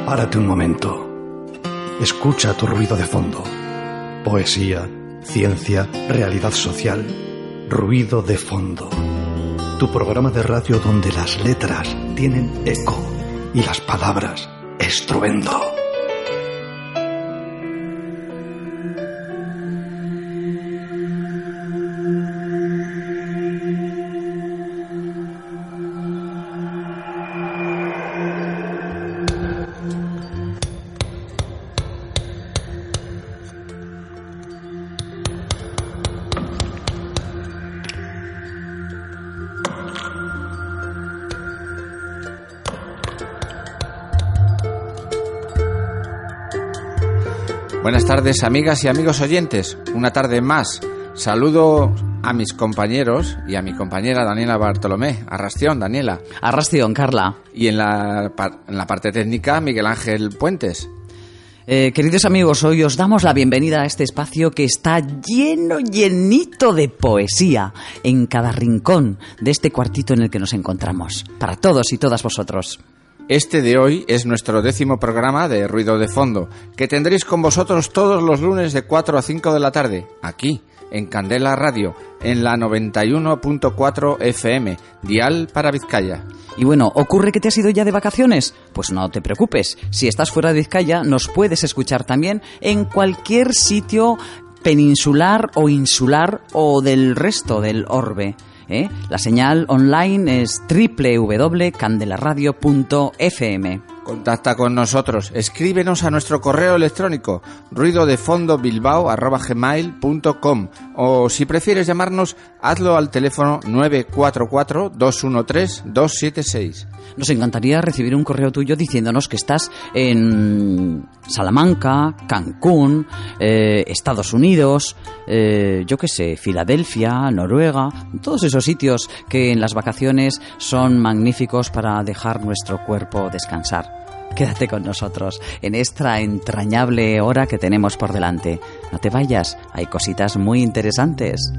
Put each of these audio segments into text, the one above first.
Párate un momento. Escucha tu ruido de fondo. Poesía, ciencia, realidad social. Ruido de fondo. Tu programa de radio donde las letras tienen eco y las palabras estruendo. Buenas tardes, amigas y amigos oyentes. Una tarde más. Saludo a mis compañeros y a mi compañera Daniela Bartolomé. Arrastión, Daniela. Arrastión, Carla. Y en la parte técnica, Miguel Ángel Puentes. Queridos amigos, hoy os damos la bienvenida a este espacio que está llenito de poesía en cada rincón de este cuartito en el que nos encontramos. Para todos y todas vosotros. Este de hoy es nuestro 10º programa de Ruido de Fondo, que tendréis con vosotros todos los lunes de 4 a 5 de la tarde, aquí, en Candela Radio, en la 91.4 FM, dial para Vizcaya. Y bueno, ¿ocurre que te has ido ya de vacaciones? Pues no te preocupes, si estás fuera de Vizcaya nos puedes escuchar también en cualquier sitio peninsular o insular o del resto del orbe. La señal online es www.candelaradio.fm. Contacta con nosotros, escríbenos a nuestro correo electrónico ruidodefondobilbao@gmail.com o si prefieres llamarnos, hazlo al teléfono 944-213-276. Nos encantaría recibir un correo tuyo diciéndonos que estás en Salamanca, Cancún, Estados Unidos, yo qué sé, Filadelfia, Noruega, todos esos sitios que en las vacaciones son magníficos para dejar nuestro cuerpo descansar. Quédate con nosotros en esta entrañable hora que tenemos por delante. No te vayas, hay cositas muy interesantes.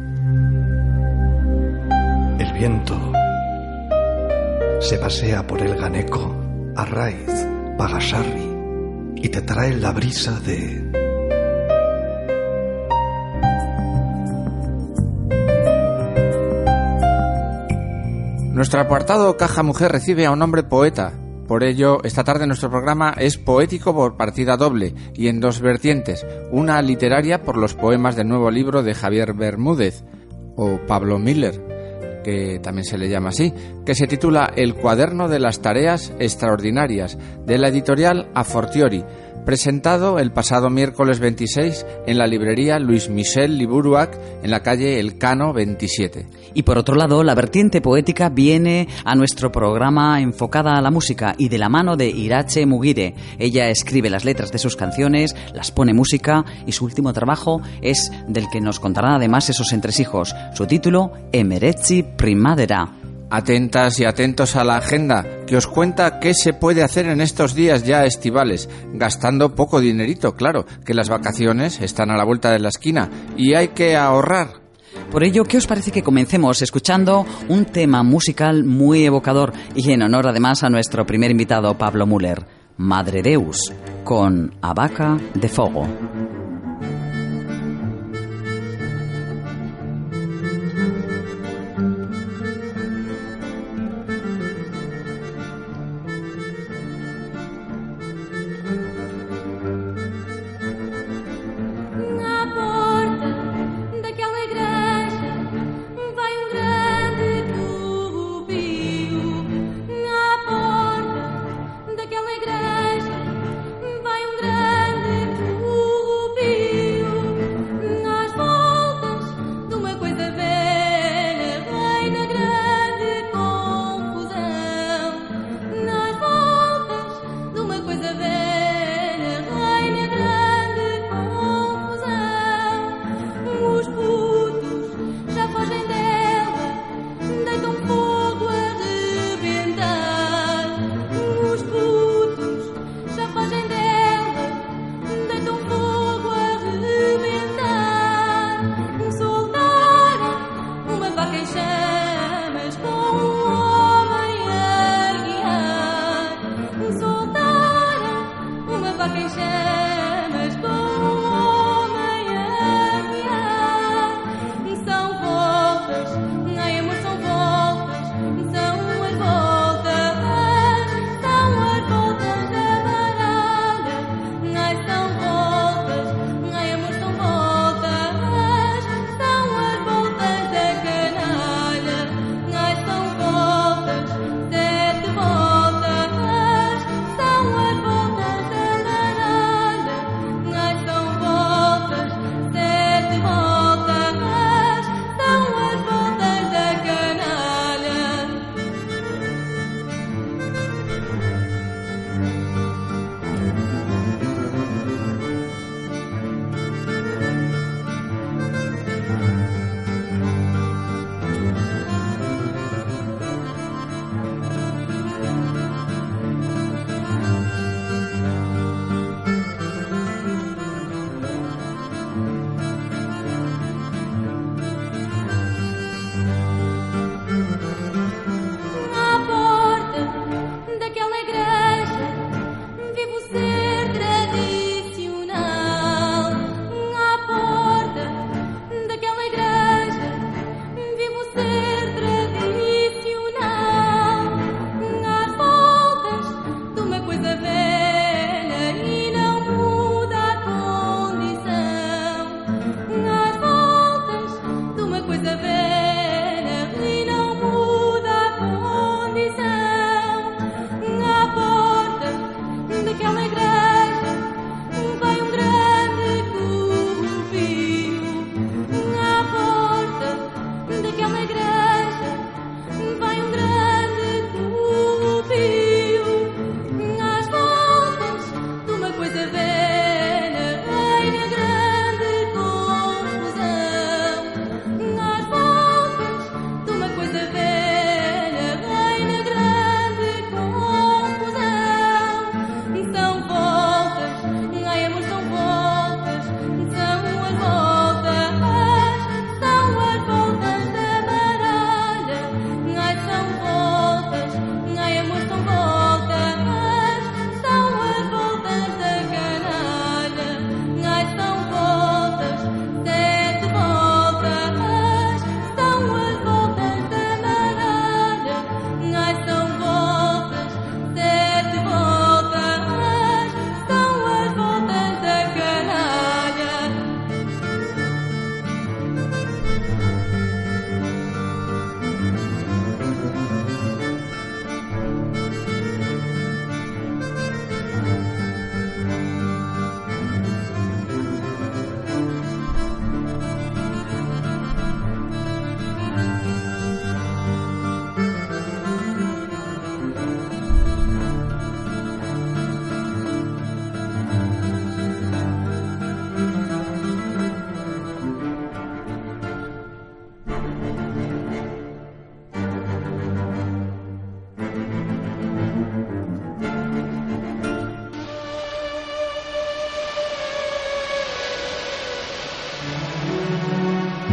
El viento se pasea por el Ganeco, Arraiz, Pagasarri y te trae la brisa de... Nuestro apartado Caja Mujer recibe a un hombre poeta. Por ello, esta tarde nuestro programa es poético por partida doble y en dos vertientes. Una literaria por los poemas del nuevo libro de Javier Bermúdez, o Pablo Miller, que también se le llama así, que se titula El cuaderno de las tareas extraordinarias, de la editorial A Fortiori, presentado el pasado miércoles 26 en la librería Luis Michel Liburuac en la calle Elcano 27. Y por otro lado, la vertiente poética viene a nuestro programa enfocada a la música y de la mano de Irache Mugire. Ella escribe las letras de sus canciones, las pone música y su último trabajo es del que nos contarán además esos entresijos. Su título, Emeretzi Primavera. Atentas y atentos a la agenda, que os cuenta qué se puede hacer en estos días ya estivales, gastando poco dinerito, claro, que las vacaciones están a la vuelta de la esquina y hay que ahorrar. Por ello, ¿qué os parece que comencemos escuchando un tema musical muy evocador y en honor además a nuestro primer invitado, Pablo Müller, Madre Deus, con Abaca de Fogo?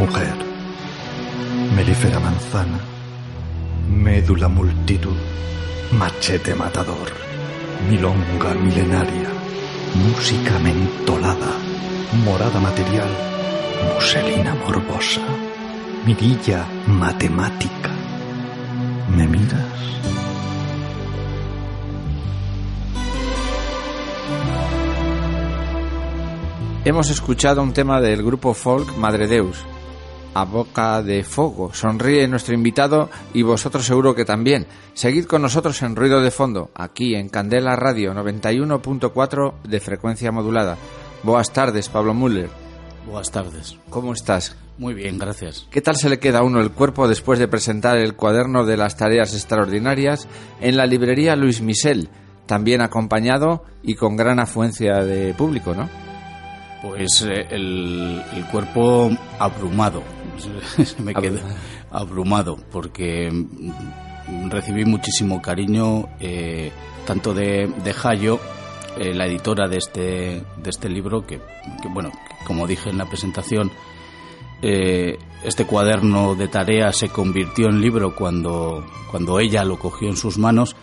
mujer, melífera manzana, médula multitud, machete matador, milonga milenaria, música mentolada, morada material, muselina morbosa, mirilla matemática. ¿Me miras? Hemos escuchado un tema del grupo folk Madre Deus. A boca de fuego. Sonríe nuestro invitado y vosotros seguro que también. Seguid con nosotros en Ruido de Fondo, aquí en Candela Radio 91.4 de frecuencia modulada. Buenas tardes, Pablo Müller. Buenas tardes. ¿Cómo estás? Muy bien, gracias. ¿Qué tal se le queda a uno el cuerpo después de presentar el cuaderno de las tareas extraordinarias en la librería Luis Michel, también acompañado y con gran afluencia de público, ¿no? Pues el cuerpo abrumado. Me quedé abrumado porque recibí muchísimo cariño, tanto de Jayo, la editora de este libro, que bueno, como dije en la presentación, este cuaderno de tareas se convirtió en libro cuando ella lo cogió en sus manos,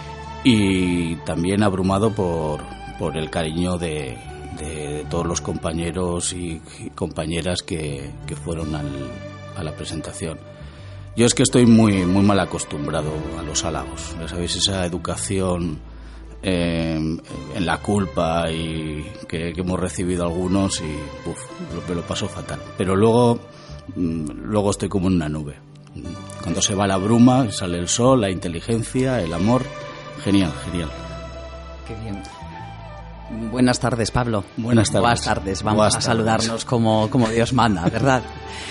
y también abrumado por el cariño de todos los compañeros y compañeras que fueron a la presentación. Yo es que estoy muy muy mal acostumbrado a los halagos, ya sabéis, esa educación en la culpa y que hemos recibido algunos, y me lo paso fatal. Pero luego estoy como en una nube. Cuando se va la bruma, sale el sol, la inteligencia, el amor. Genial. Qué bien. Buenas tardes, Pablo. Buenas tardes. Buenas tardes. Vamos a saludarnos como Dios manda, ¿verdad?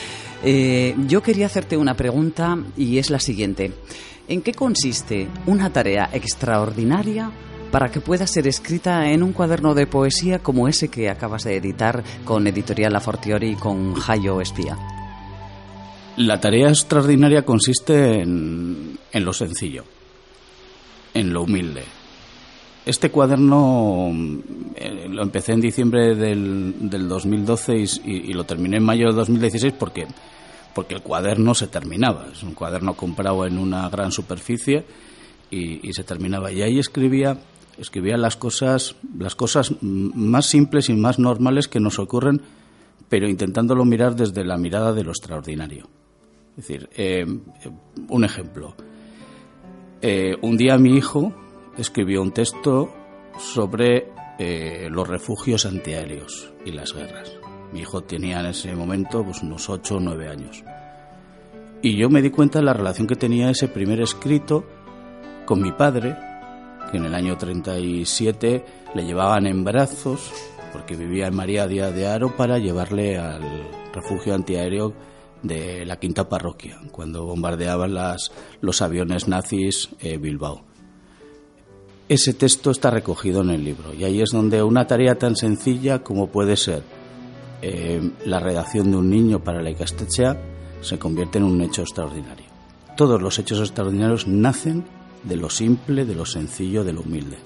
Yo quería hacerte una pregunta, y es la siguiente. ¿En qué consiste una tarea extraordinaria para que pueda ser escrita en un cuaderno de poesía como ese que acabas de editar con Editorial La Fortiori y con Jayo Espía? La tarea extraordinaria consiste en lo sencillo, en lo humilde. Este cuaderno lo empecé en diciembre del 2012 y lo terminé en mayo de 2016 porque el cuaderno se terminaba. Es un cuaderno comprado en una gran superficie y se terminaba. Y ahí escribía las cosas más simples y más normales que nos ocurren, pero intentándolo mirar desde la mirada de lo extraordinario. Es decir, un ejemplo. Un día mi hijo escribió un texto sobre los refugios antiaéreos y las guerras. Mi hijo tenía en ese momento pues unos 8 o 9 años. Y yo me di cuenta de la relación que tenía ese primer escrito con mi padre, que en el año 37 le llevaban en brazos, porque vivía en María Díaz de Haro, para llevarle al refugio antiaéreo de la Quinta Parroquia, cuando bombardeaban los aviones nazis Bilbao. Ese texto está recogido en el libro, y ahí es donde una tarea tan sencilla como puede ser la redacción de un niño para la ikastetxea se convierte en un hecho extraordinario. Todos los hechos extraordinarios nacen de lo simple, de lo sencillo, de lo humilde.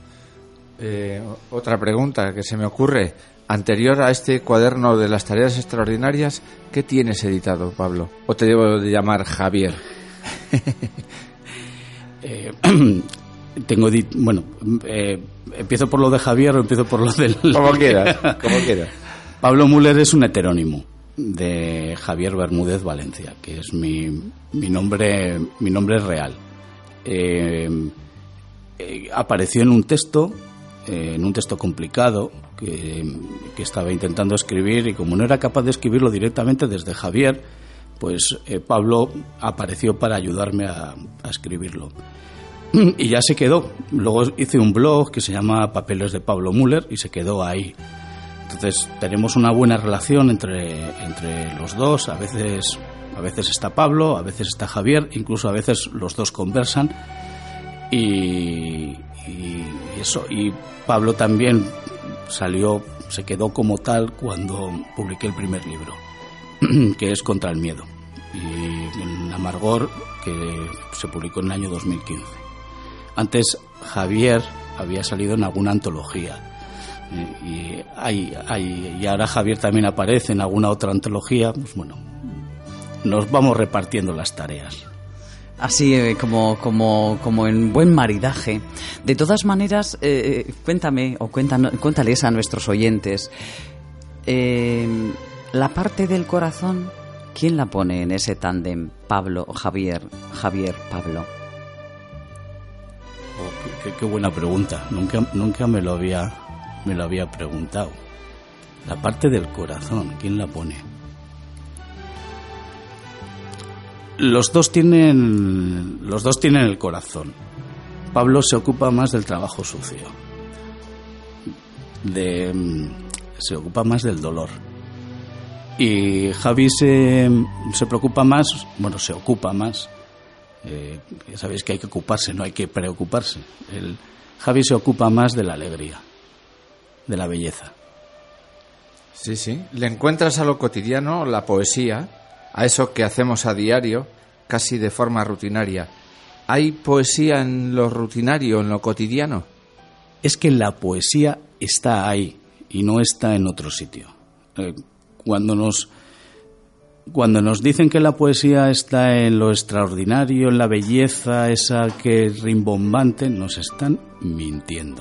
Otra pregunta que se me ocurre. Anterior a este cuaderno de las tareas extraordinarias, ¿qué tienes editado, Pablo? ¿O te debo de llamar Javier? Empiezo por lo de Javier o empiezo por lo del... Como quieras. Pablo Müller es un heterónimo de Javier Bermúdez Valencia, que es mi nombre real. Apareció en un texto complicado que estaba intentando escribir, y como no era capaz de escribirlo directamente desde Javier, pues Pablo apareció para ayudarme a escribirlo. Y ya se quedó. Luego hice un blog que se llama Papeles de Pablo Müller y se quedó ahí. Entonces tenemos una buena relación entre los dos. A veces está Pablo, a veces está Javier, incluso a veces los dos conversan. Y eso. Y Pablo también se quedó como tal cuando publiqué el primer libro, que es Contra el miedo, y en Amargor, que se publicó en el año 2015. Antes Javier había salido en alguna antología, y ahora Javier también aparece en alguna otra antología. Pues bueno, nos vamos repartiendo las tareas. Así como en buen maridaje. De todas maneras, cuéntame o cuéntales a nuestros oyentes, la parte del corazón, ¿quién la pone en ese tándem? Pablo, Javier, Pablo. Oh, qué buena pregunta. Nunca me lo había preguntado. La parte del corazón, ¿quién la pone? Los dos tienen el corazón. Pablo se ocupa más del trabajo sucio. Se ocupa más del dolor. Y Javi se preocupa más, se ocupa más. Ya sabéis que hay que ocuparse, no hay que preocuparse. Javi se ocupa más de la alegría, de la belleza. Sí. Le encuentras a lo cotidiano, la poesía, a eso que hacemos a diario, casi de forma rutinaria. ¿Hay poesía en lo rutinario, en lo cotidiano? Es que la poesía está ahí y no está en otro sitio. Cuando nos dicen que la poesía está en lo extraordinario, en la belleza esa que es rimbombante, nos están mintiendo.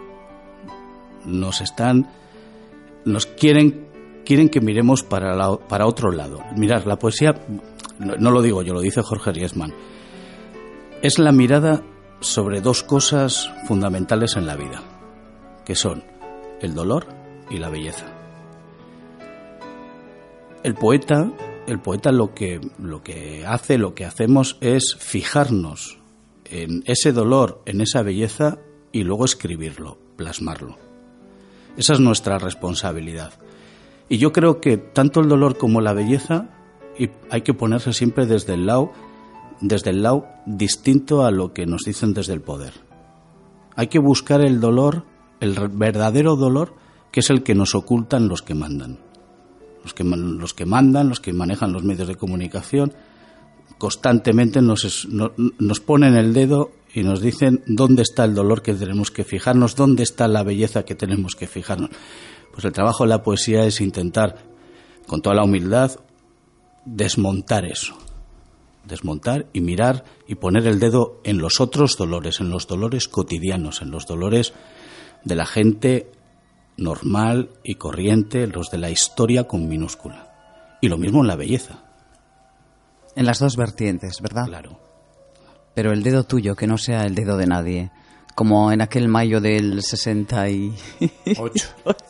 Nos quieren que miremos para otro lado. Mirad, la poesía, no lo digo yo, lo dice Jorge Riesman, es la mirada sobre dos cosas fundamentales en la vida, que son el dolor y la belleza. El poeta lo que hacemos es fijarnos en ese dolor, en esa belleza y luego escribirlo, plasmarlo. Esa es nuestra responsabilidad. Y yo creo que tanto el dolor como la belleza hay que ponerse siempre desde el lado distinto a lo que nos dicen desde el poder. Hay que buscar el dolor, el verdadero dolor, que es el que nos ocultan los que mandan. Los que mandan, los que manejan los medios de comunicación, constantemente nos ponen el dedo y nos dicen dónde está el dolor que tenemos que fijarnos, dónde está la belleza que tenemos que fijarnos. Pues el trabajo de la poesía es intentar, con toda la humildad, desmontar eso. Desmontar y mirar y poner el dedo en los otros dolores, en los dolores cotidianos, en los dolores de la gente normal y corriente, los de la historia con minúscula. Y lo mismo en la belleza. En las dos vertientes, ¿verdad? Claro. Pero el dedo tuyo, que no sea el dedo de nadie. Como en aquel mayo del 68.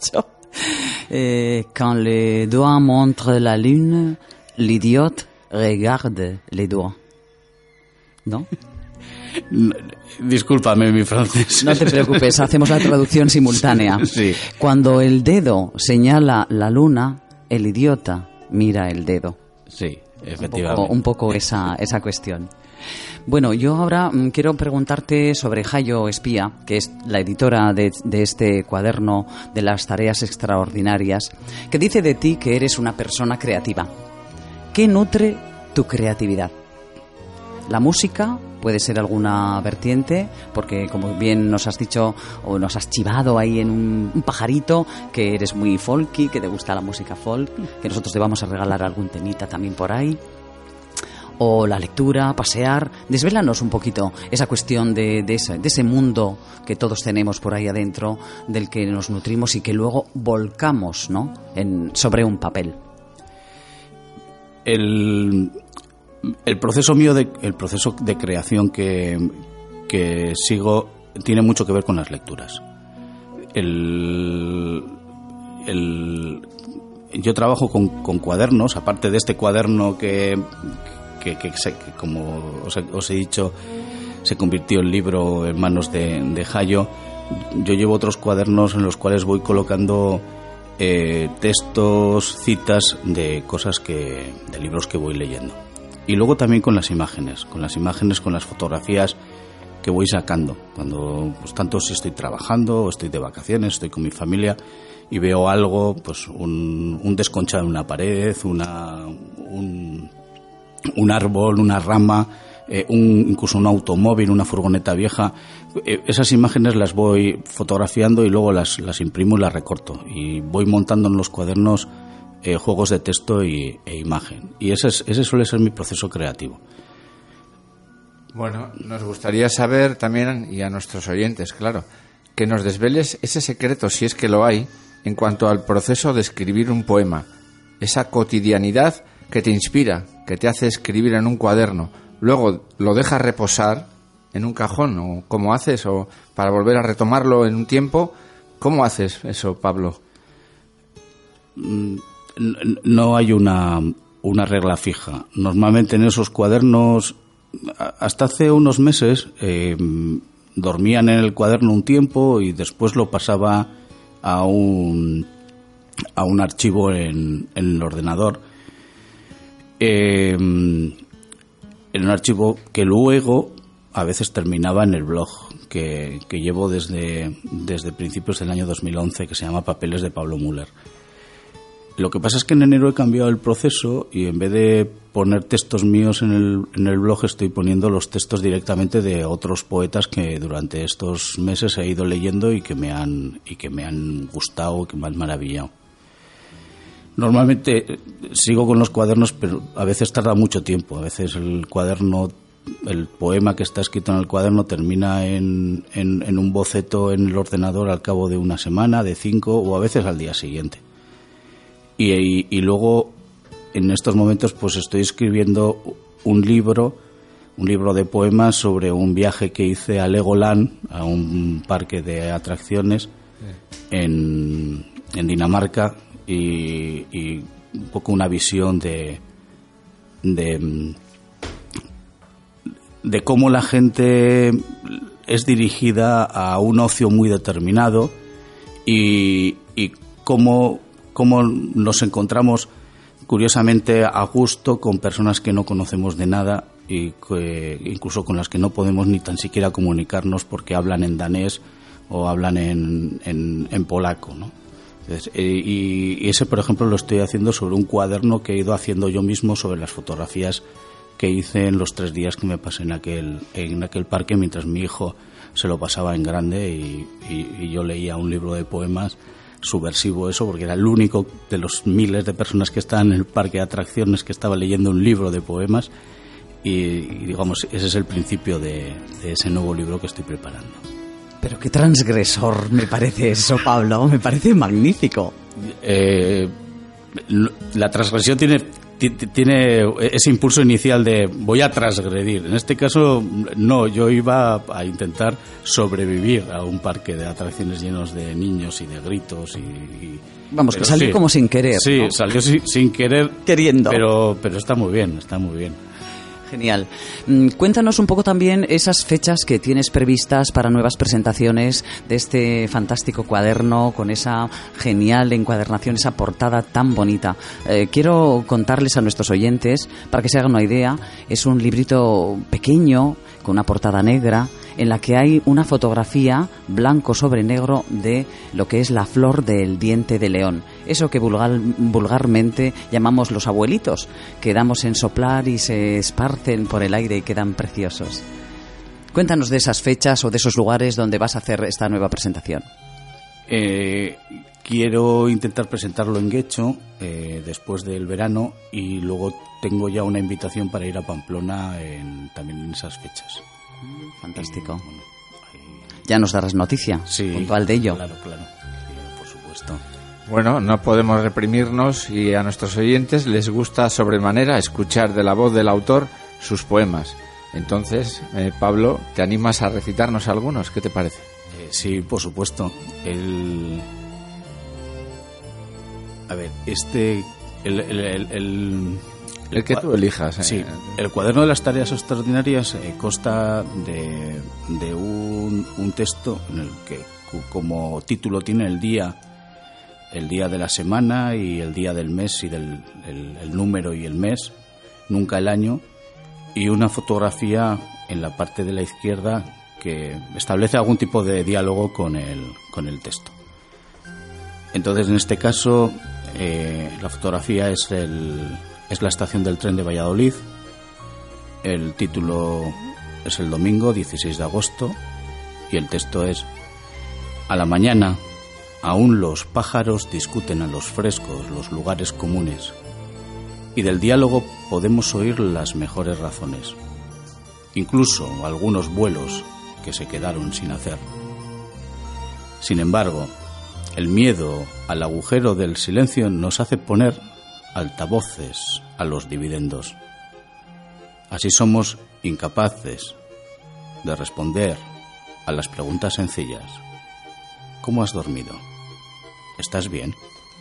Quand les doigts montrent la lune, l'idiote regarde les doigts. ¿No? Discúlpame mi francés. No te preocupes, hacemos la traducción simultánea. Sí. Cuando el dedo señala la luna, el idiota mira el dedo. Sí, efectivamente. Un poco esa cuestión. Bueno, yo ahora quiero preguntarte sobre Jayo Espía, que es la editora de este cuaderno de las tareas extraordinarias, que dice de ti que eres una persona creativa. ¿Qué nutre tu creatividad? La música puede ser alguna vertiente, porque como bien nos has dicho o nos has chivado ahí en un pajarito, que eres muy folky, que te gusta la música folk, que nosotros te vamos a regalar algún temita también por ahí. O la lectura, pasear. Desvélanos un poquito esa cuestión de ese mundo que todos tenemos por ahí adentro, del que nos nutrimos y que luego volcamos, ¿no?, sobre un papel. El proceso mío, el proceso de creación que sigo tiene mucho que ver con las lecturas. Yo trabajo con cuadernos, aparte de este cuaderno que como os he dicho, se convirtió en libro en manos de Jayo. Yo llevo otros cuadernos en los cuales voy colocando textos, citas de cosas de libros que voy leyendo. Y luego también con las imágenes, con las fotografías que voy sacando. Cuando, pues tanto si estoy trabajando o estoy de vacaciones, estoy con mi familia y veo algo, pues un desconchado en una pared, un árbol, una rama, incluso un automóvil, una furgoneta vieja. Esas imágenes las voy fotografiando y luego las imprimo y las recorto. Y voy montando en los cuadernos juegos de texto e imagen. Y ese suele ser mi proceso creativo. Bueno, nos gustaría saber también, y a nuestros oyentes, claro, que nos desveles ese secreto, si es que lo hay, en cuanto al proceso de escribir un poema. Esa cotidianidad que te inspira, que te hace escribir en un cuaderno. Luego lo dejas reposar en un cajón, o cómo haces, o para volver a retomarlo en un tiempo. ¿Cómo haces eso, Pablo? No hay una regla fija. Normalmente en esos cuadernos, hasta hace unos meses, dormían en el cuaderno un tiempo y después lo pasaba a un archivo en el ordenador, en un archivo que luego a veces terminaba en el blog que llevo desde principios del año 2011, que se llama Papeles de Pablo Müller. Lo que pasa es que en enero he cambiado el proceso y en vez de poner textos míos en el blog, estoy poniendo los textos directamente de otros poetas que durante estos meses he ido leyendo y que me han gustado, que me han maravillado. Normalmente sigo con los cuadernos, pero a veces tarda mucho tiempo. A veces el poema que está escrito en el cuaderno termina en un boceto en el ordenador al cabo de una semana, de 5 o a veces al día siguiente. Y luego en estos momentos pues estoy escribiendo un libro de poemas sobre un viaje que hice a Legoland, a un parque de atracciones en Dinamarca, y un poco una visión de cómo la gente es dirigida a un ocio muy determinado y cómo nos encontramos curiosamente a gusto con personas que no conocemos de nada y que incluso con las que no podemos ni tan siquiera comunicarnos porque hablan en danés o hablan en polaco, ¿no? Entonces, y ese, por ejemplo, lo estoy haciendo sobre un cuaderno que he ido haciendo yo mismo sobre las fotografías que hice en los 3 días que me pasé en aquel parque mientras mi hijo se lo pasaba en grande y yo leía un libro de poemas subversivo, eso, porque era el único de los miles de personas que estaban en el parque de atracciones que estaba leyendo un libro de poemas y digamos, ese es el principio de ese nuevo libro que estoy preparando. Pero qué transgresor me parece eso, Pablo, me parece magnífico. La transgresión tiene ese impulso inicial de voy a transgredir. En este caso, no, yo iba a intentar sobrevivir a un parque de atracciones llenos de niños y de gritos Vamos, que salió como sin querer. Sí, ¿no? salió sin querer. Queriendo. Pero está muy bien, está muy bien. Genial. Cuéntanos un poco también esas fechas que tienes previstas para nuevas presentaciones de este fantástico cuaderno con esa genial encuadernación, esa portada tan bonita. Quiero contarles a nuestros oyentes, para que se hagan una idea, es un librito pequeño con una portada negra en la que hay una fotografía blanco sobre negro de lo que es la flor del diente de león. Eso que vulgarmente llamamos los abuelitos, que damos en soplar y se esparcen por el aire y quedan preciosos. Cuéntanos de esas fechas o de esos lugares donde vas a hacer esta nueva presentación. Quiero intentar presentarlo en Guecho después del verano y luego tengo ya una invitación para ir a Pamplona también en esas fechas. Fantástico. Ya nos darás noticia, sí, puntual de ello. Claro, sí, por supuesto. Bueno, no podemos reprimirnos y a nuestros oyentes les gusta sobremanera escuchar de la voz del autor sus poemas. Entonces, Pablo, ¿te animas a recitarnos algunos? ¿Qué te parece? Sí, por supuesto. El que tú elijas. Sí, el cuaderno de las tareas extraordinarias consta de un texto en el que como título tiene el día de la semana y el día del mes y el número y el mes, nunca el año, y una fotografía en la parte de la izquierda que establece algún tipo de diálogo con el texto. Entonces, en este caso, la fotografía es la estación del tren de Valladolid. El título es el domingo 16 de agosto y el texto es: a la mañana, aún los pájaros discuten a los frescos los lugares comunes, y del diálogo podemos oír las mejores razones, incluso algunos vuelos que se quedaron sin hacer. Sin embargo, el miedo al agujero del silencio nos hace poner altavoces a los dividendos. Así somos incapaces de responder a las preguntas sencillas. ¿Cómo has dormido? ¿Estás bien?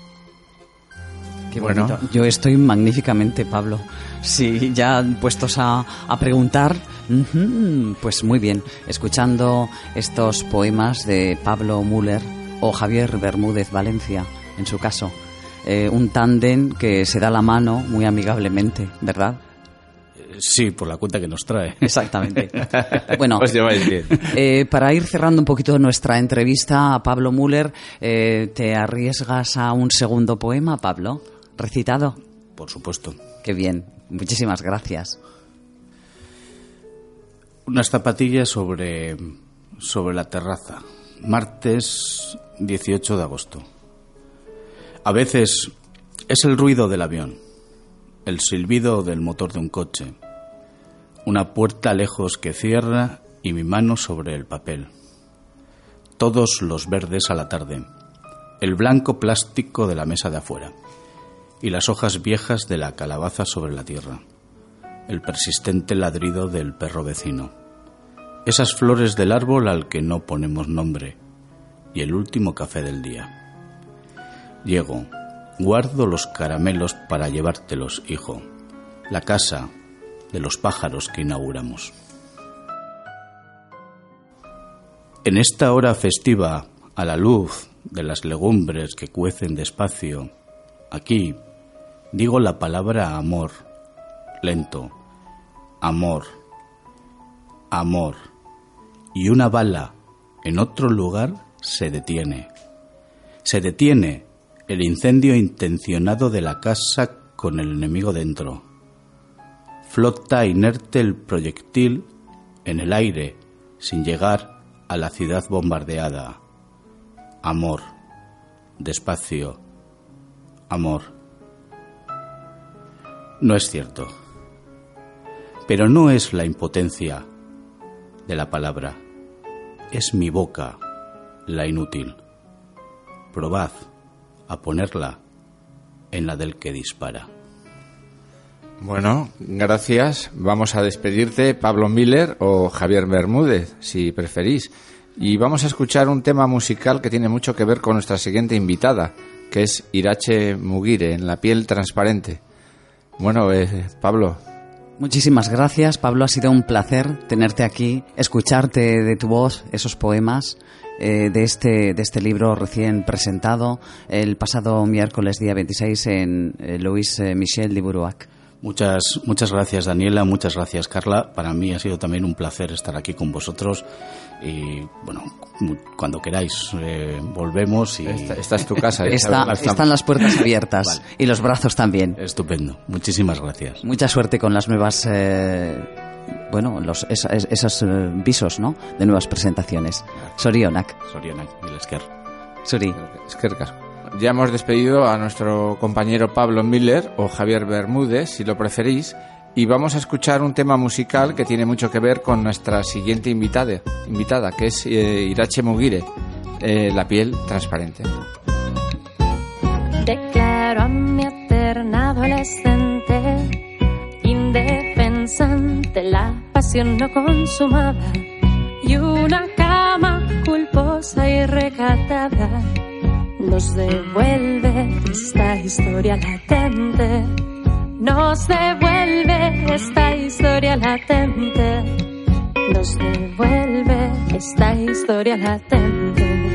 Qué bonito. Bueno. Yo estoy magníficamente, Pablo. Sí, ya puestos a preguntar, pues muy bien, escuchando estos poemas de Pablo Müller o Javier Bermúdez Valencia, en su caso. Un tándem que se da la mano muy amigablemente, ¿verdad? Sí, por la cuenta que nos trae. Exactamente. Bueno, os lleváis bien. Para ir cerrando un poquito nuestra entrevista a Pablo Müller, ¿te arriesgas a un segundo poema, Pablo? ¿Recitado? Por supuesto. Qué bien. Muchísimas gracias. Unas zapatillas sobre la terraza. Martes 18 de agosto. A veces es el ruido del avión, el silbido del motor de un coche, una puerta lejos que cierra y mi mano sobre el papel. Todos los verdes a la tarde, el blanco plástico de la mesa de afuera y las hojas viejas de la calabaza sobre la tierra, el persistente ladrido del perro vecino, esas flores del árbol al que no ponemos nombre y el último café del día. Llego, guardo los caramelos para llevártelos, hijo, la casa de los pájaros que inauguramos. En esta hora festiva, a la luz de las legumbres que cuecen despacio, aquí digo la palabra amor, lento, amor, amor, y una bala en otro lugar se detiene. Se detiene el incendio intencionado de la casa con el enemigo dentro. Flota inerte el proyectil en el aire sin llegar a la ciudad bombardeada. Amor, despacio, amor. No es cierto. Pero no es la impotencia de la palabra. Es mi boca la inútil. Probad a ponerla en la del que dispara. Bueno, gracias. Vamos a despedirte, Pablo Müller o Javier Bermúdez, si preferís. Y vamos a escuchar un tema musical que tiene mucho que ver con nuestra siguiente invitada, que es Irache Mugire, en La piel transparente. Bueno, Pablo. Muchísimas gracias, Pablo. Ha sido un placer tenerte aquí, escucharte de tu voz esos poemas de este libro recién presentado el pasado miércoles día 26 en Louis Michel de Buruac. Muchas gracias, Daniela, muchas gracias, Carla. Para mí ha sido también un placer estar aquí con vosotros y, bueno, cuando queráis volvemos. Y esta es tu casa. Están las puertas abiertas. Vale. Y los brazos también. Estupendo, muchísimas gracias. Mucha suerte con las nuevas, esos visos, ¿no?, de nuevas presentaciones. Sorionak, Milesker. Suri. Eskerkas. Ya hemos despedido a nuestro compañero Pablo Müller o Javier Bermúdez, si lo preferís, y vamos a escuchar un tema musical que tiene mucho que ver con nuestra siguiente invitada, que es Irache Mugire, La piel transparente. Declaro a mi eterna adolescente, indefensa ante la pasión no consumada, y una cama culposa y recatada nos devuelve esta historia latente, nos devuelve esta historia latente, nos devuelve esta historia latente.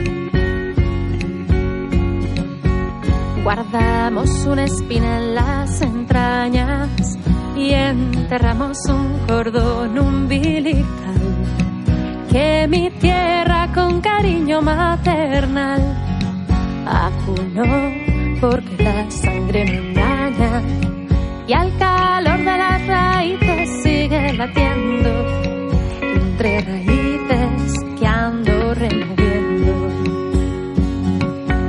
Guardamos una espina en las entrañas y enterramos un cordón umbilical que mi tierra con cariño maternal acunó, porque la sangre no engaña y al calor de las raíces sigue latiendo, entre raíces que ando removiendo.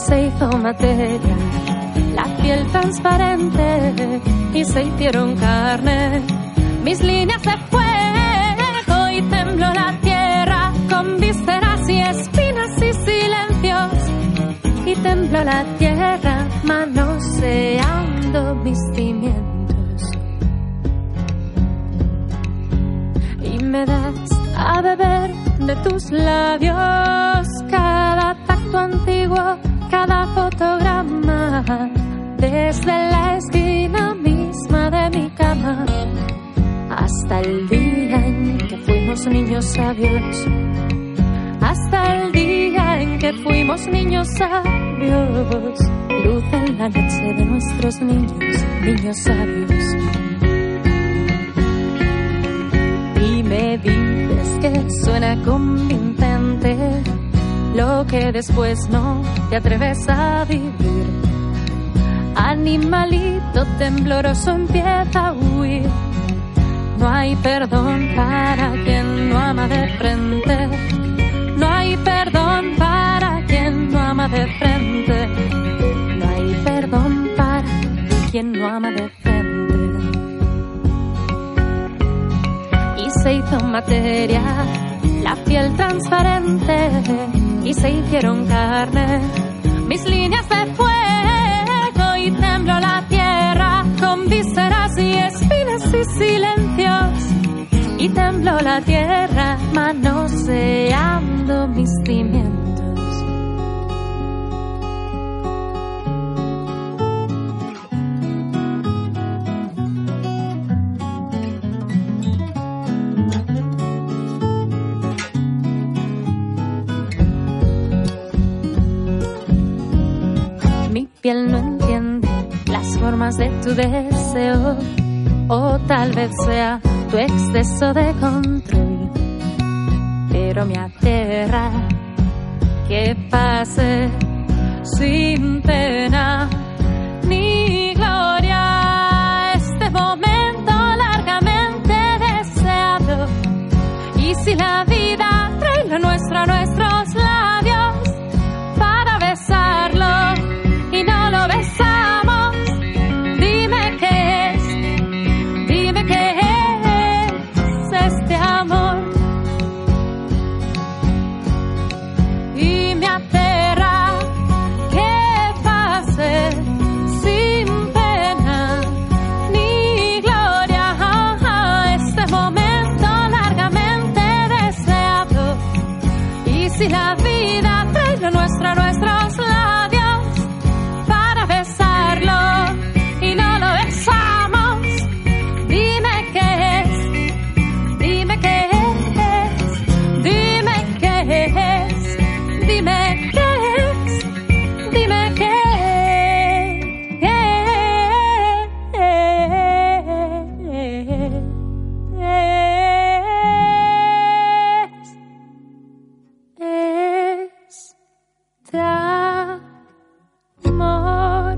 se hizo materia, la piel transparente y se hicieron carne. Mis líneas de fuego y tembló la tierra con vísceras y espinas y silencios. Y tembló la tierra manoseando mis cimientos. Y me das a beber de tus labios cada tacto antiguo, cada fotograma, desde la esquina misma de mi cama hasta el día en que fuimos niños sabios. Hasta el día en que fuimos niños sabios. Luz en la noche de nuestros niños, niños sabios. Y me dices que suena convincente lo que después no te atreves a vivir. Animalito tembloroso empieza a huir. No hay perdón para quien no ama de frente. No hay perdón para quien no ama de frente. No hay perdón para quien no ama de frente. Y se hizo materia, la piel transparente, y se hicieron carne mis líneas de fuego. Y tembló la tierra con vísceras y espinas y silencios. Y tembló la tierra manoseando mis cimientos. Mi piel no entiende las formas de tu deseo, o tal vez sea tu exceso de control, pero me aterra que pase sin pena ni gloria este momento largamente deseado. Y si la vida trae lo nuestro a nuestros labios para besarlo y no lo besamos, dime qué es, dime qué es este amor. Y me aterra que pase sin pena ni gloria este momento largamente deseado. Y si la vida trae lo nuestro a nuestros labios para besarlo y no lo besamos, dime qué es, dime qué es, dime qué es, dime qué es, dime qué es este amor.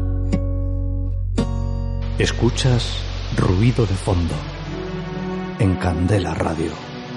Escuchas Ruido de Fondo en Candela Radio.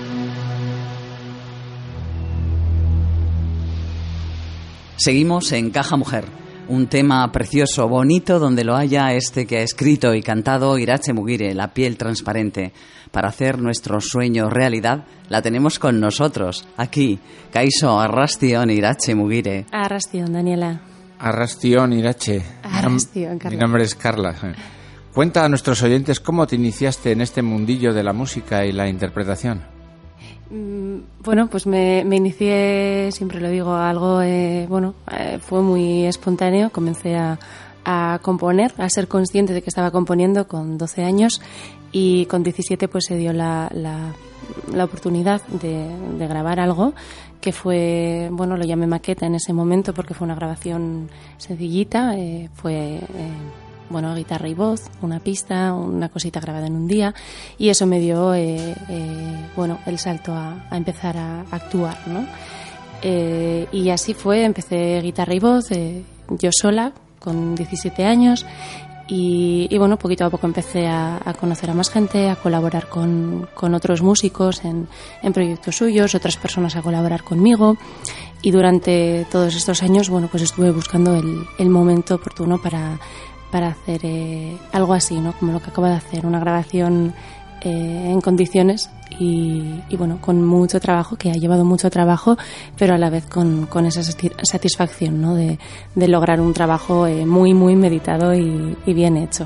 Seguimos en Caja Mujer, un tema precioso, bonito, donde lo haya este que ha escrito y cantado Irache Mugire, La piel transparente. Para hacer nuestro sueño realidad, la tenemos con nosotros, aquí, Kaixo Arrastion Irache Mugire. Arrastion, Daniela. Arrastion Irache. Arrastion, Carla. Mi nombre es Carla. Cuenta a nuestros oyentes cómo te iniciaste en este mundillo de la música y la interpretación. Bueno, pues me inicié, siempre lo digo, algo, fue muy espontáneo. Comencé a componer, a ser consciente de que estaba componiendo con 12 años y con 17 pues se dio la oportunidad de grabar algo que fue, lo llamé maqueta en ese momento porque fue una grabación sencillita, guitarra y voz, una pista, una cosita grabada en un día, y eso me dio el salto a empezar a actuar, ¿no? Y así fue, empecé guitarra y voz, yo sola, con 17 años, y poquito a poco empecé a conocer a más gente, a colaborar con otros músicos en proyectos suyos, otras personas a colaborar conmigo, Y durante todos estos años, bueno, pues estuve buscando el momento oportuno para hacer algo así, ¿no? Como lo que acabo de hacer, una grabación en condiciones y bueno, con mucho trabajo, que ha llevado mucho trabajo, pero a la vez con esa satisfacción, ¿no? De lograr un trabajo muy, muy meditado y bien hecho.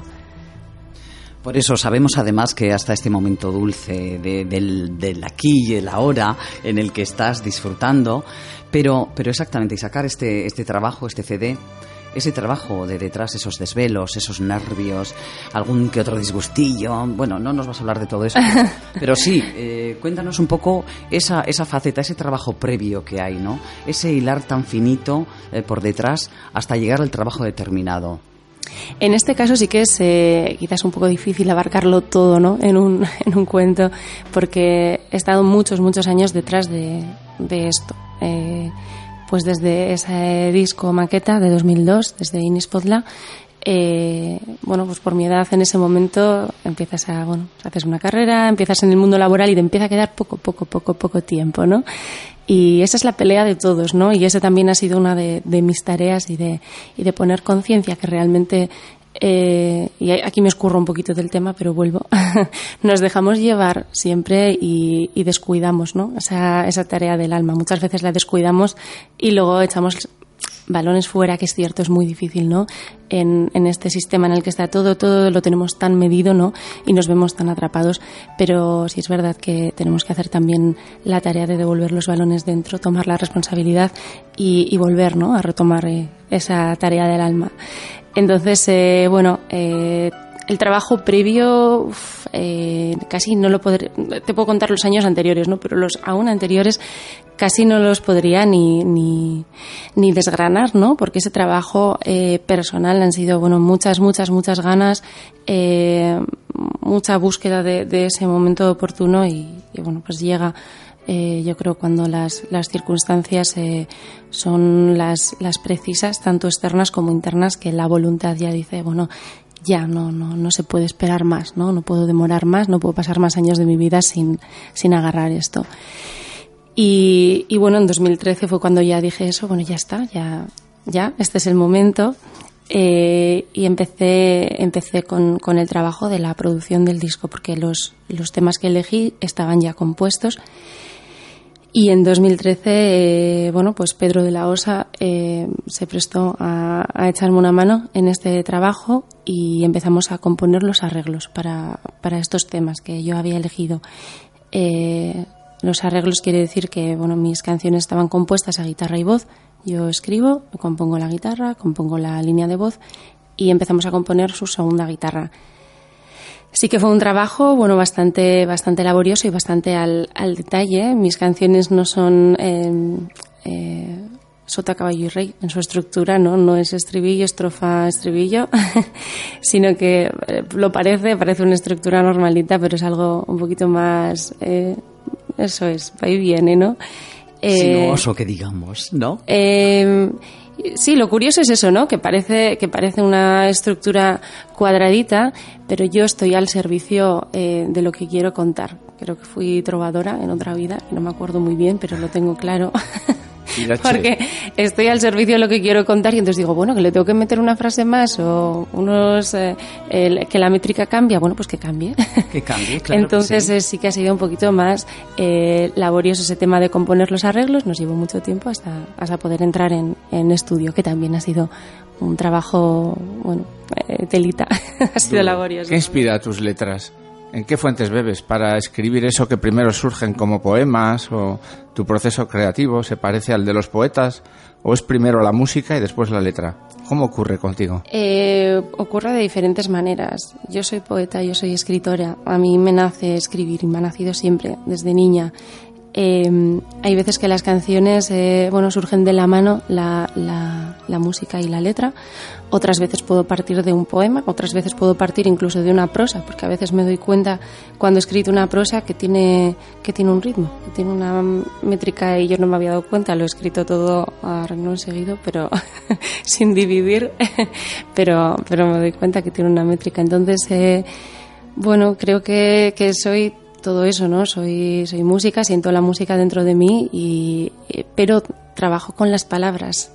Por eso sabemos además que hasta este momento dulce del aquí y el ahora en el que estás disfrutando, pero exactamente, y sacar este trabajo, este CD, ese trabajo de detrás, esos desvelos, esos nervios, algún que otro disgustillo, bueno, no nos vas a hablar de todo eso, pero sí, cuéntanos un poco esa faceta, ese trabajo previo que hay, ¿no? Ese hilar tan finito por detrás hasta llegar al trabajo determinado. En este caso sí que es quizás un poco difícil abarcarlo todo, ¿no? en un cuento, porque he estado muchos años detrás de esto. Pues desde ese disco maqueta de 2002, desde Inispodla, bueno, pues por mi edad en ese momento empiezas haces una carrera, empiezas en el mundo laboral y te empieza a quedar poco tiempo, ¿no? Y esa es la pelea de todos, ¿no? Y esa también ha sido una de mis tareas y de poner conciencia que realmente, y aquí me escurro un poquito del tema, pero vuelvo, nos dejamos llevar siempre y descuidamos, ¿no? Esa tarea del alma. Muchas veces la descuidamos y luego echamos balones fuera, que es cierto, es muy difícil, ¿no? En este sistema en el que está todo lo tenemos tan medido, ¿no? Y nos vemos tan atrapados, pero sí es verdad que tenemos que hacer también la tarea de devolver los balones dentro, tomar la responsabilidad y volver, ¿no? A retomar esa tarea del alma. Entonces, el trabajo previo casi no lo podré, te puedo contar los años anteriores, ¿no? Pero los aún anteriores casi no los podría ni desgranar, ¿no? Porque ese trabajo personal han sido, bueno, muchas ganas, mucha búsqueda de ese momento oportuno y bueno, pues llega, yo creo, cuando las circunstancias son las precisas, tanto externas como internas, que la voluntad ya dice, bueno, ya no se puede esperar más, no puedo demorar más, no puedo pasar más años de mi vida sin agarrar esto. Y bueno, en 2013 fue cuando ya dije eso, bueno, ya está, ya este es el momento. Y empecé con el trabajo de la producción del disco, porque los temas que elegí estaban ya compuestos. Y en 2013, pues Pedro de la Osa se prestó a echarme una mano en este trabajo y empezamos a componer los arreglos para estos temas que yo había elegido. Los arreglos quiere decir que, mis canciones estaban compuestas a guitarra y voz. Yo escribo, compongo la guitarra, compongo la línea de voz y empezamos a componer su segunda guitarra. Sí que fue un trabajo, bastante laborioso y bastante al detalle. Mis canciones no son sota, caballo y rey en su estructura, no es estribillo, estrofa, estribillo, sino que parece una estructura normalita, pero es algo un poquito más, eso es, va y viene, ¿no? Sinuoso, que digamos, ¿no? Sí, lo curioso es eso, ¿no? Que parece una estructura cuadradita, pero yo estoy al servicio de lo que quiero contar. Creo que fui trovadora en otra vida, no me acuerdo muy bien, pero lo tengo claro. Porque estoy al servicio de lo que quiero contar y entonces digo, que le tengo que meter una frase más o que la métrica cambia, pues que cambie. Que cambie, claro. Entonces sí que ha sido un poquito más laborioso ese tema de componer los arreglos, nos llevó mucho tiempo hasta poder entrar en estudio, que también ha sido un trabajo, telita, ha sido laborioso. ¿Qué inspira tus letras? ¿En qué fuentes bebes para escribir eso que primero surgen como poemas? ¿O tu proceso creativo se parece al de los poetas? ¿O es primero la música y después la letra? ¿Cómo ocurre contigo? Ocurre de diferentes maneras. Yo soy poeta, yo soy escritora. A mí me nace escribir y me ha nacido siempre, desde niña. Hay veces que las canciones surgen de la mano, la música y la letra. Otras veces puedo partir de un poema, otras veces puedo partir incluso de una prosa, porque a veces me doy cuenta cuando he escrito una prosa que tiene un ritmo, que tiene una métrica y yo no me había dado cuenta. Lo he escrito todo a renglón seguido, pero sin dividir, pero me doy cuenta que tiene una métrica. Entonces, creo que soy todo eso, ¿no? Soy música, siento la música dentro de mí, pero trabajo con las palabras,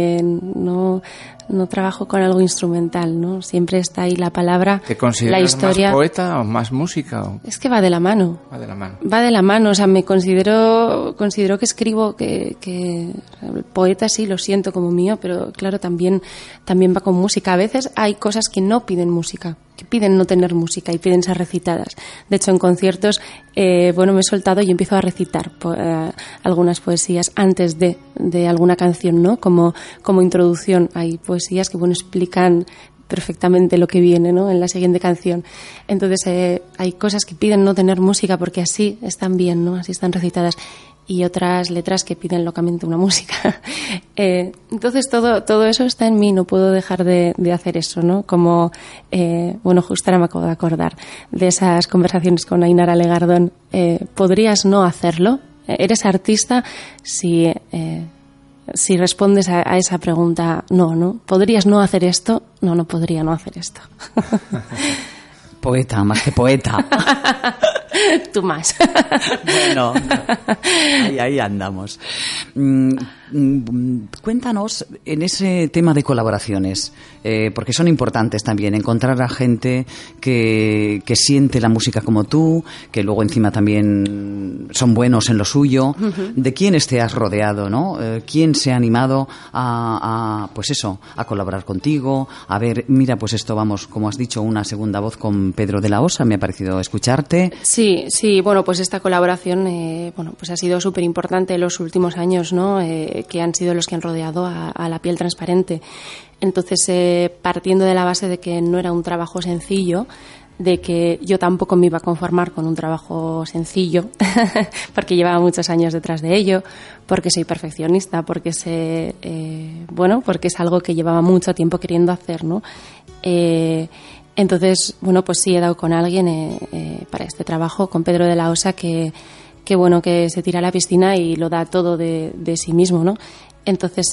no trabajo con algo instrumental, ¿no? Siempre está ahí la palabra, ¿Te consideras la historia. más poeta o más música? Es que va de la mano. Va de la mano. Va de la mano, o sea, me considero que escribo, que el poeta sí lo siento como mío, pero claro, también va con música. A veces hay cosas que no piden música, que piden no tener música y piden ser recitadas. De hecho, en conciertos, me he soltado y empiezo a recitar algunas poesías antes de alguna canción, ¿no? Como introducción. Hay poesías que, explican perfectamente lo que viene, ¿no? En la siguiente canción. Entonces, hay cosas que piden no tener música porque así están bien, ¿no? Así están recitadas. Y otras letras que piden locamente una música. Entonces todo eso está en mí, no puedo dejar de hacer eso, ¿no? Como, justo ahora me acabo de acordar de esas conversaciones con Ainara Legardón. ¿Podrías no hacerlo? ¿Eres artista? Si respondes a esa pregunta, no. ¿Podrías no hacer esto? No podría no hacer esto. Poeta, más que poeta. Tú más. Bueno, ahí andamos. Cuéntanos en ese tema de colaboraciones, porque son importantes también, encontrar a gente que siente la música como tú, que luego encima también son buenos en lo suyo. Uh-huh. ¿De quiénes te has rodeado, no? ¿Quién se ha animado a colaborar contigo? A ver, mira, pues esto, vamos, como has dicho, una segunda voz con Pedro de la Osa, me ha parecido escucharte. Sí, pues esta colaboración ha sido súper importante en los últimos años, ¿no? Que han sido los que han rodeado a La Piel Transparente. Entonces, partiendo de la base de que no era un trabajo sencillo, de que yo tampoco me iba a conformar con un trabajo sencillo, porque llevaba muchos años detrás de ello, porque soy perfeccionista, porque porque es algo que llevaba mucho tiempo queriendo hacer, ¿no? Entonces, pues sí, he dado con alguien para este trabajo, con Pedro de la Osa, que se tira a la piscina y lo da todo de sí mismo, ¿no? Entonces,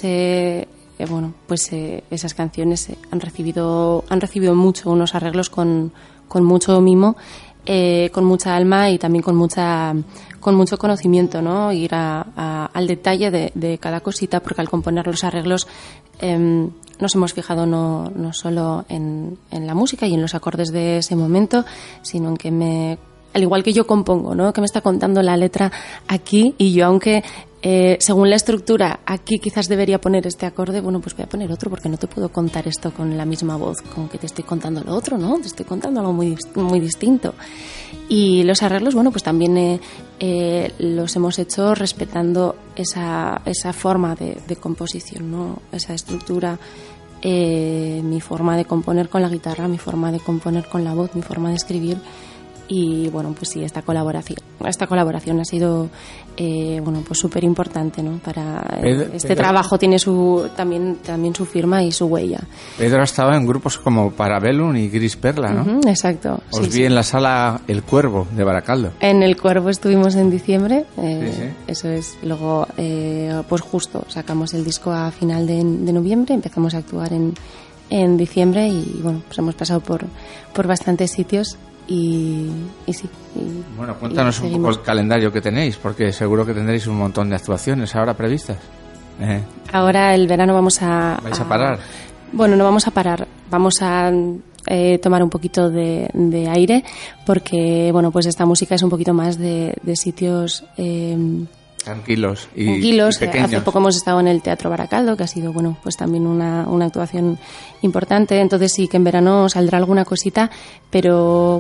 esas canciones han recibido mucho, unos arreglos con mucho mimo, con mucha alma y también con mucho conocimiento, ¿no? Ir al detalle de cada cosita, porque al componer los arreglos nos hemos fijado no solo en la música y en los acordes de ese momento, sino en que al igual que yo compongo, ¿no? Que me está contando la letra aquí, y yo, aunque según la estructura aquí quizás debería poner este acorde, pues voy a poner otro, porque no te puedo contar esto con la misma voz con que te estoy contando lo otro, ¿no? Te estoy contando algo muy, muy distinto. Y los arreglos, pues también los hemos hecho respetando esa forma de composición, ¿no? Esa estructura, mi forma de componer con la guitarra, mi forma de componer con la voz, mi forma de escribir. Y pues sí, esta colaboración ha sido súper importante, ¿no? Para este trabajo tiene también su firma y su huella. Pedro ha estado en grupos como Parabellum y Gris Perla, ¿no? Uh-huh, exacto. Os vi en la sala El Cuervo de Baracaldo. En El Cuervo estuvimos en diciembre, sí. Eso es. Luego justo sacamos el disco a final de noviembre, empezamos a actuar en diciembre y hemos pasado por bastantes sitios. Y sí. Cuéntanos un poco el calendario que tenéis, porque seguro que tendréis un montón de actuaciones ahora previstas. Ahora el verano ¿Vais a parar? Bueno, no vamos a parar. Vamos a tomar un poquito de aire, porque esta música es un poquito más de sitios tranquilos y pequeños. Hace poco hemos estado en el Teatro Baracaldo, que ha sido también una actuación importante. Entonces sí que en verano saldrá alguna cosita, pero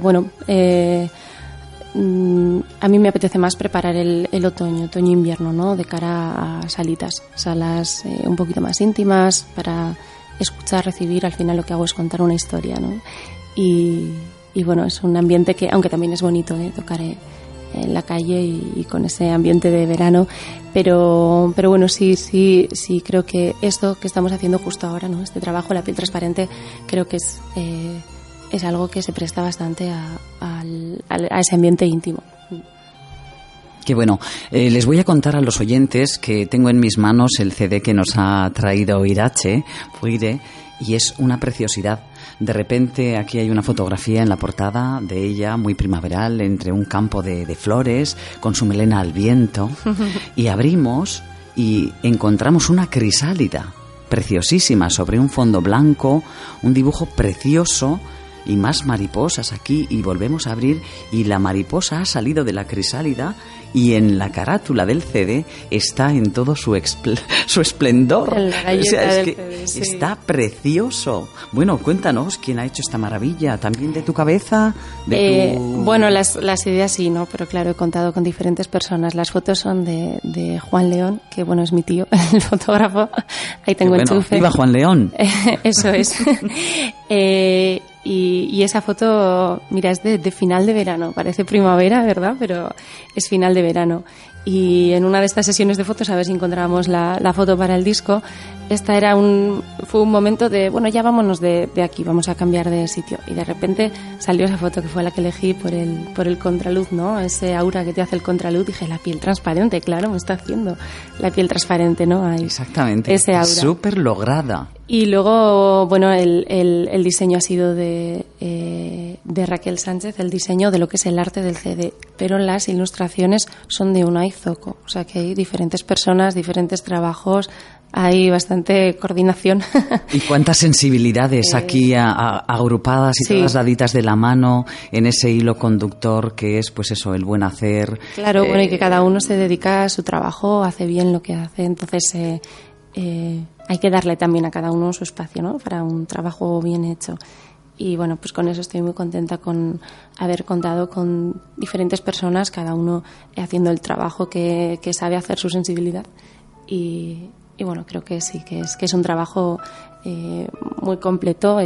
a mí me apetece más preparar el otoño-invierno, ¿no? De cara a salas un poquito más íntimas, para escuchar, recibir. Al final lo que hago es contar una historia, ¿no? Y es un ambiente que, aunque también es bonito, tocar en la calle y con ese ambiente de verano, pero sí creo que esto que estamos haciendo justo ahora, ¿no? Este trabajo, La Piel Transparente, creo que es algo que se presta bastante a ese ambiente íntimo. Qué bueno. Les voy a contar a los oyentes que tengo en mis manos el CD que nos ha traído Irache, Fuire, y es una preciosidad. De repente aquí hay una fotografía en la portada de ella, muy primaveral, entre un campo de flores, con su melena al viento, y abrimos y encontramos una crisálida preciosísima sobre un fondo blanco, un dibujo precioso y más mariposas aquí, y volvemos a abrir y la mariposa ha salido de la crisálida y en la carátula del CD está en todo su esplendor. En la galleta del CD, sí. Está precioso. Bueno, cuéntanos quién ha hecho esta maravilla. ¿También de tu cabeza? Bueno, las ideas sí, ¿no? Pero claro, he contado con diferentes personas. Las fotos son de Juan León, que bueno, es mi tío, el fotógrafo. Ahí tengo enchufe. ¡Viva Juan León! Eso es. Y esa foto, mira, es de final de verano. Parece primavera, ¿verdad? Pero es final de verano. Y en una de estas sesiones de fotos, a ver si encontrábamos la foto para el disco, fue un momento de, bueno, ya vámonos de aquí, vamos a cambiar de sitio. Y de repente salió esa foto que fue la que elegí por el contraluz, ¿no? Ese aura que te hace el contraluz. Dije, la piel transparente, claro, me está haciendo la piel transparente, ¿no? Ahí, exactamente, ese aura. Súper lograda. Y luego, bueno, el diseño ha sido de Raquel Sánchez, el diseño de lo que es el arte del CD, pero las ilustraciones son de Unai Zoco, o sea que hay diferentes personas, diferentes trabajos, hay bastante coordinación. Y cuántas sensibilidades aquí agrupadas y sí, todas daditas de la mano en ese hilo conductor que es, pues eso, el buen hacer. Claro, bueno, y que cada uno se dedica a su trabajo, hace bien lo que hace, entonces hay que darle también a cada uno su espacio, ¿no? Para un trabajo bien hecho. Y bueno, pues con eso estoy muy contenta con haber contado con diferentes personas, cada uno haciendo el trabajo que sabe hacer, su sensibilidad. Y bueno, creo que sí, que es un trabajo muy completo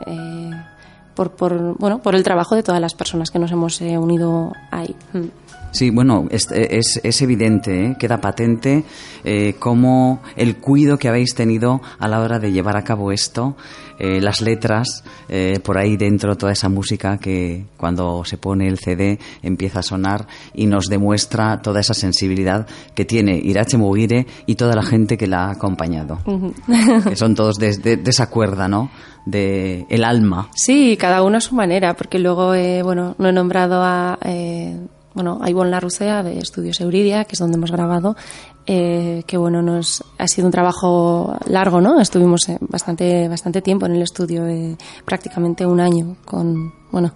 por el trabajo de todas las personas que nos hemos unido ahí. Sí, bueno, es evidente, queda patente cómo el cuidado que habéis tenido a la hora de llevar a cabo esto, las letras, por ahí dentro toda esa música que cuando se pone el CD empieza a sonar y nos demuestra toda esa sensibilidad que tiene Irache Mugire y toda la gente que la ha acompañado, que son todos de esa cuerda, ¿no?, de el alma. Sí, cada uno a su manera, porque luego, no he nombrado a Ivonne Larrucea de Estudios Euridia, que es donde hemos grabado, que bueno, ha sido un trabajo largo, ¿no? Estuvimos bastante tiempo en el estudio, prácticamente un año, con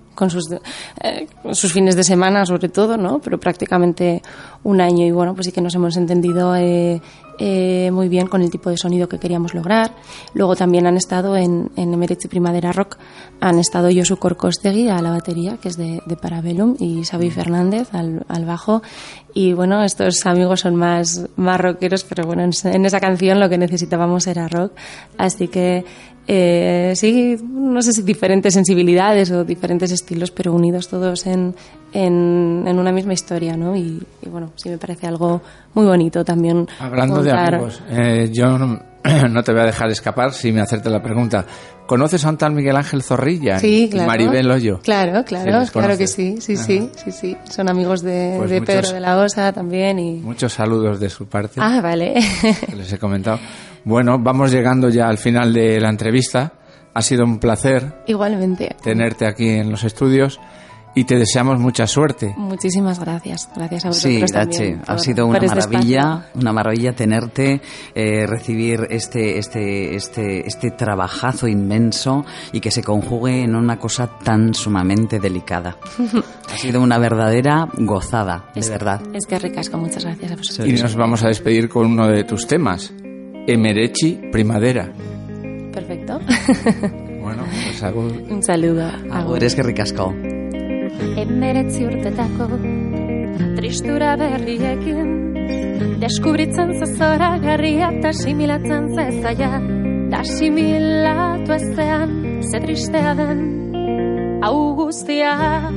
sus fines de semana sobre todo, ¿no? Pero prácticamente un año, y bueno, pues sí que nos hemos entendido muy bien con el tipo de sonido que queríamos lograr. Luego también han estado en Emeretzi Primavera Rock, han estado Josu Korkostegui a la batería, que es de Parabellum, y Xavi Fernández al bajo. Y bueno, estos amigos son más rockeros, pero bueno, en esa canción lo que necesitábamos era rock, así que sí, no sé si diferentes sensibilidades o diferentes estilos, pero unidos todos en una misma historia, ¿no? Y bueno, sí me parece algo muy bonito también. Hablando contar... de amigos, yo no te voy a dejar escapar sin hacerte la pregunta. ¿Conoces a un tal Miguel Ángel Zorrilla? Sí, claro. Maribel Hoyo. Claro que sí. Sí. Son amigos de Pedro de la Osa también. Y... Muchos saludos de su parte. Ah, vale. Que les he comentado. Bueno, vamos llegando ya al final de la entrevista. Ha sido un placer. Igualmente. Tenerte aquí en los estudios. Y te deseamos mucha suerte. Muchísimas gracias. Gracias a vosotros. Sí, Irache, ha sido una maravilla tenerte, recibir este trabajazo inmenso y que se conjugue en una cosa tan sumamente delicada. Ha sido una verdadera gozada, de verdad. Es que ricasco, muchas gracias a vosotros. Y nos vamos a despedir con uno de tus temas, Emeretzi Primavera. Perfecto. Bueno, pues agur. Un saludo. Agur, es que ricasco. 19 urtetako tristura berriekin deskubritzen zezora garria eta similatzen zezaia da similatu ezean ze tristea den hau guztia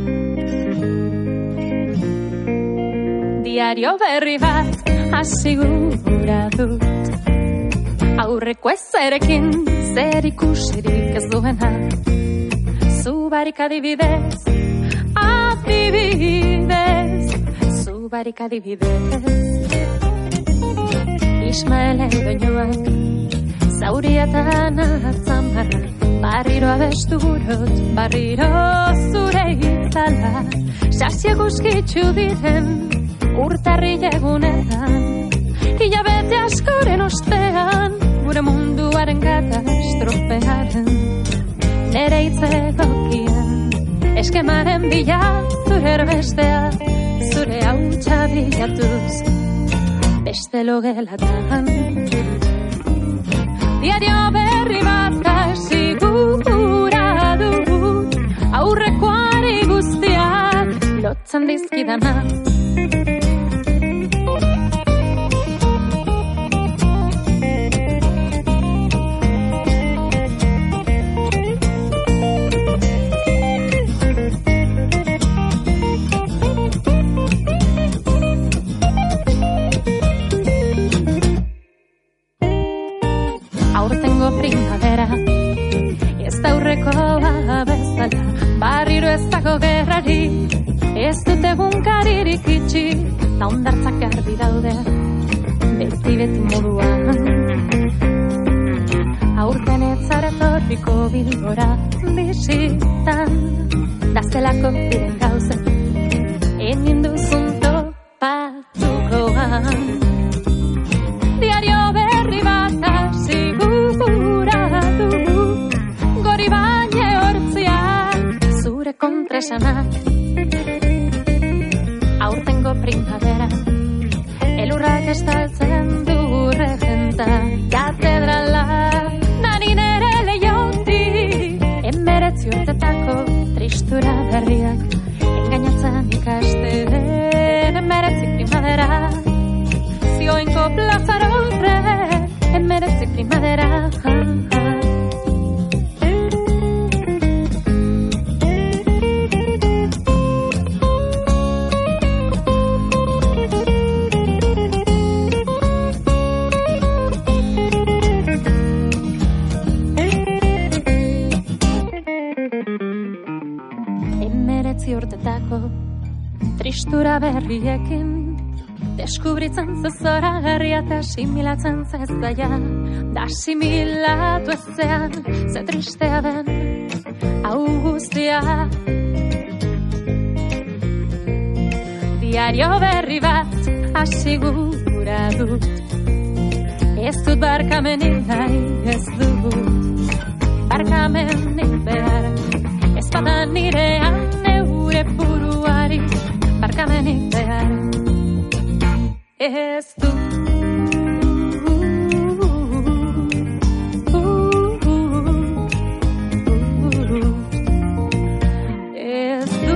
diario berri bat hasi gura dut aurreko ezerekin zer ikusirik ez duena zu barik adibidez Zubarik adibidez Ismael edoinoak zaurietan atzamara barriro abestu burut barriro zure itzala sasiak uskitzu diren urtarri egunetan hilabete askoren ostean, gure munduaren katastrofearen, nere itzegokian, eskemaren bila, zure erbestea, zure hautsa bilatuz, beste logelatan. Diario berri bat hasi gura dut, aurrekoari guztiak lotzen dizkidana. Primavera, ez da aurrekoa bezala, barriro ez dago gerrari, ez dut egunkaririk itxi, da ondartzak garbi daude, beti moduan. Aurten ez zara etorriko Bilbora bisitan, daztelako diren gauzen, egin duzun topatukoan. Diario berri bat hasi gori baina hortziak zure kontresanak. Aurtengo primavera elurrak estaltzen du regenta katedrala nani nere leiotik 19 urtetako tristura berriak engainatzen ikasten 19 primavera zioinko plazara horre 19 primavera. Urtetako tristura berriekin deskubritzen zezora garria eta similatzen zezaia da similatu ezean ze tristea den hau guztia. Diario berri bat hasi gura dut, ez dut barkamenik nahi, ez dut barkamenik behar, ez bada nirean gure buruari barkamenik behar, ez du. Ez du.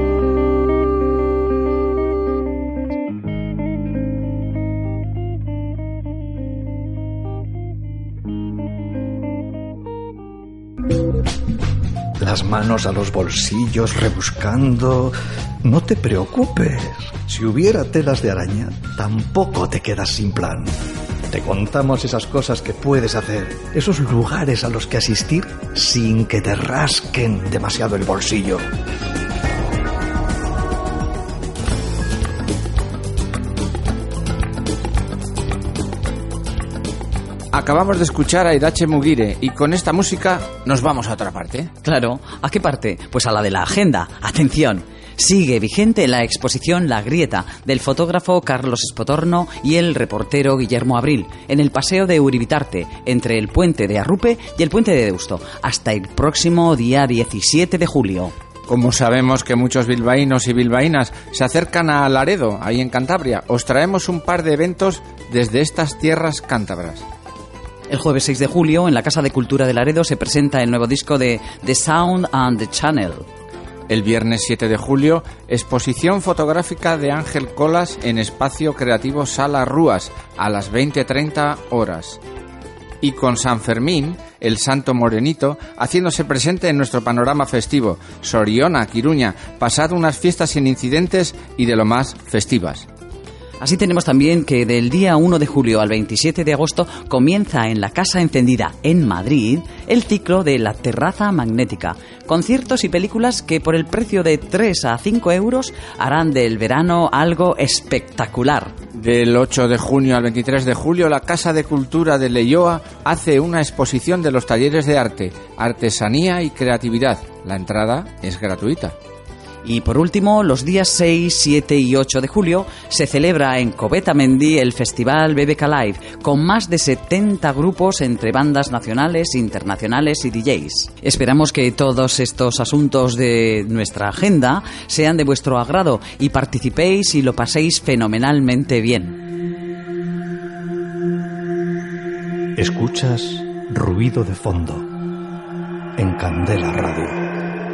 Las manos a los bolsillos rebuscando. No te preocupes. Si hubiera telas de araña, tampoco te quedas sin plan. Te contamos esas cosas que puedes hacer, esos lugares a los que asistir sin que te rasquen demasiado el bolsillo. Acabamos de escuchar a Idache Mugire y con esta música nos vamos a otra parte. Claro, ¿a qué parte? Pues a la de la agenda. Atención, sigue vigente la exposición La Grieta del fotógrafo Carlos Espotorno y el reportero Guillermo Abril en el Paseo de Uribitarte, entre el puente de Arrupe y el puente de Deusto, hasta el próximo día 17 de julio. Como sabemos que muchos bilbaínos y bilbaínas se acercan a Laredo, ahí en Cantabria, os traemos un par de eventos desde estas tierras cántabras. El jueves 6 de julio, en la Casa de Cultura de Laredo, se presenta el nuevo disco de The Sound and the Channel. El viernes 7 de julio, exposición fotográfica de Ángel Colas en Espacio Creativo Sala Rúas, a las 20:30 horas. Y con San Fermín, el Santo Morenito, haciéndose presente en nuestro panorama festivo. Soriona, Quiruña, pasad unas fiestas sin incidentes y de lo más festivas. Así tenemos también que del día 1 de julio al 27 de agosto comienza en la Casa Encendida, en Madrid, el ciclo de La Terraza Magnética. Conciertos y películas que por el precio de 3 a 5 euros harán del verano algo espectacular. Del 8 de junio al 23 de julio, la Casa de Cultura de Leioa hace una exposición de los talleres de arte, artesanía y creatividad. La entrada es gratuita. Y por último, los días 6, 7 y 8 de julio se celebra en Coveta-Mendy el Festival BBK Live, con más de 70 grupos entre bandas nacionales, internacionales y DJs. Esperamos que todos estos asuntos de nuestra agenda sean de vuestro agrado y participéis y lo paséis fenomenalmente bien. Escuchas Ruido de Fondo en Candela Radio.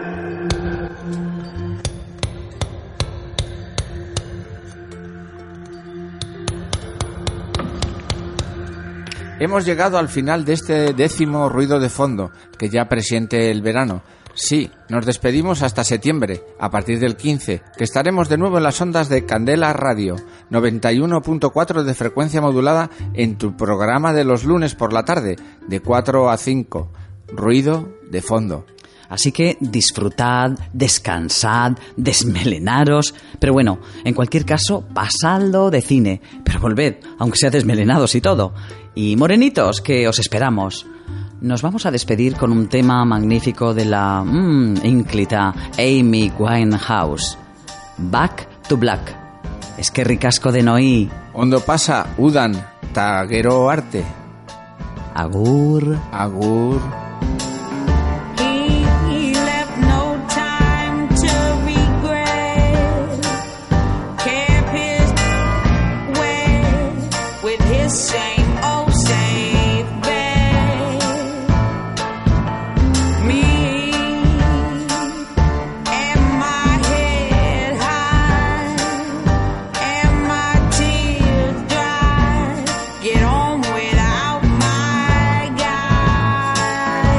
Hemos llegado al final de este 10º Ruido de Fondo, que ya presiente el verano. Sí, nos despedimos hasta septiembre, a partir del 15, que estaremos de nuevo en las ondas de Candela Radio, 91.4 de frecuencia modulada en tu programa de los lunes por la tarde, de 4 a 5. Ruido de Fondo. Así que disfrutad, descansad, desmelenaros, pero bueno, en cualquier caso, pasadlo de cine, pero volved, aunque sea desmelenados y todo. Y morenitos, que os esperamos. Nos vamos a despedir con un tema magnífico de la ínclita Amy Winehouse. Back to Black. Es que ricasco de noí. Ondo pasa, udan, taguero arte. Agur. Agur. Get on without my guy.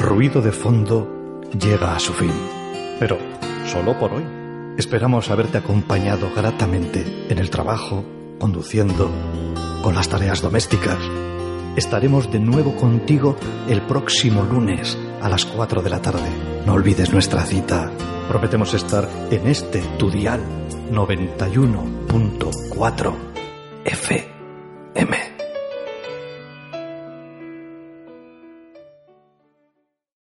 Ruido de Fondo llega a su fin. Pero solo por hoy. Esperamos haberte acompañado gratamente en el trabajo, conduciendo, con las tareas domésticas. Estaremos de nuevo contigo el próximo lunes a las 4 de la tarde. No olvides nuestra cita. Prometemos estar en este tu dial 91.4 FM.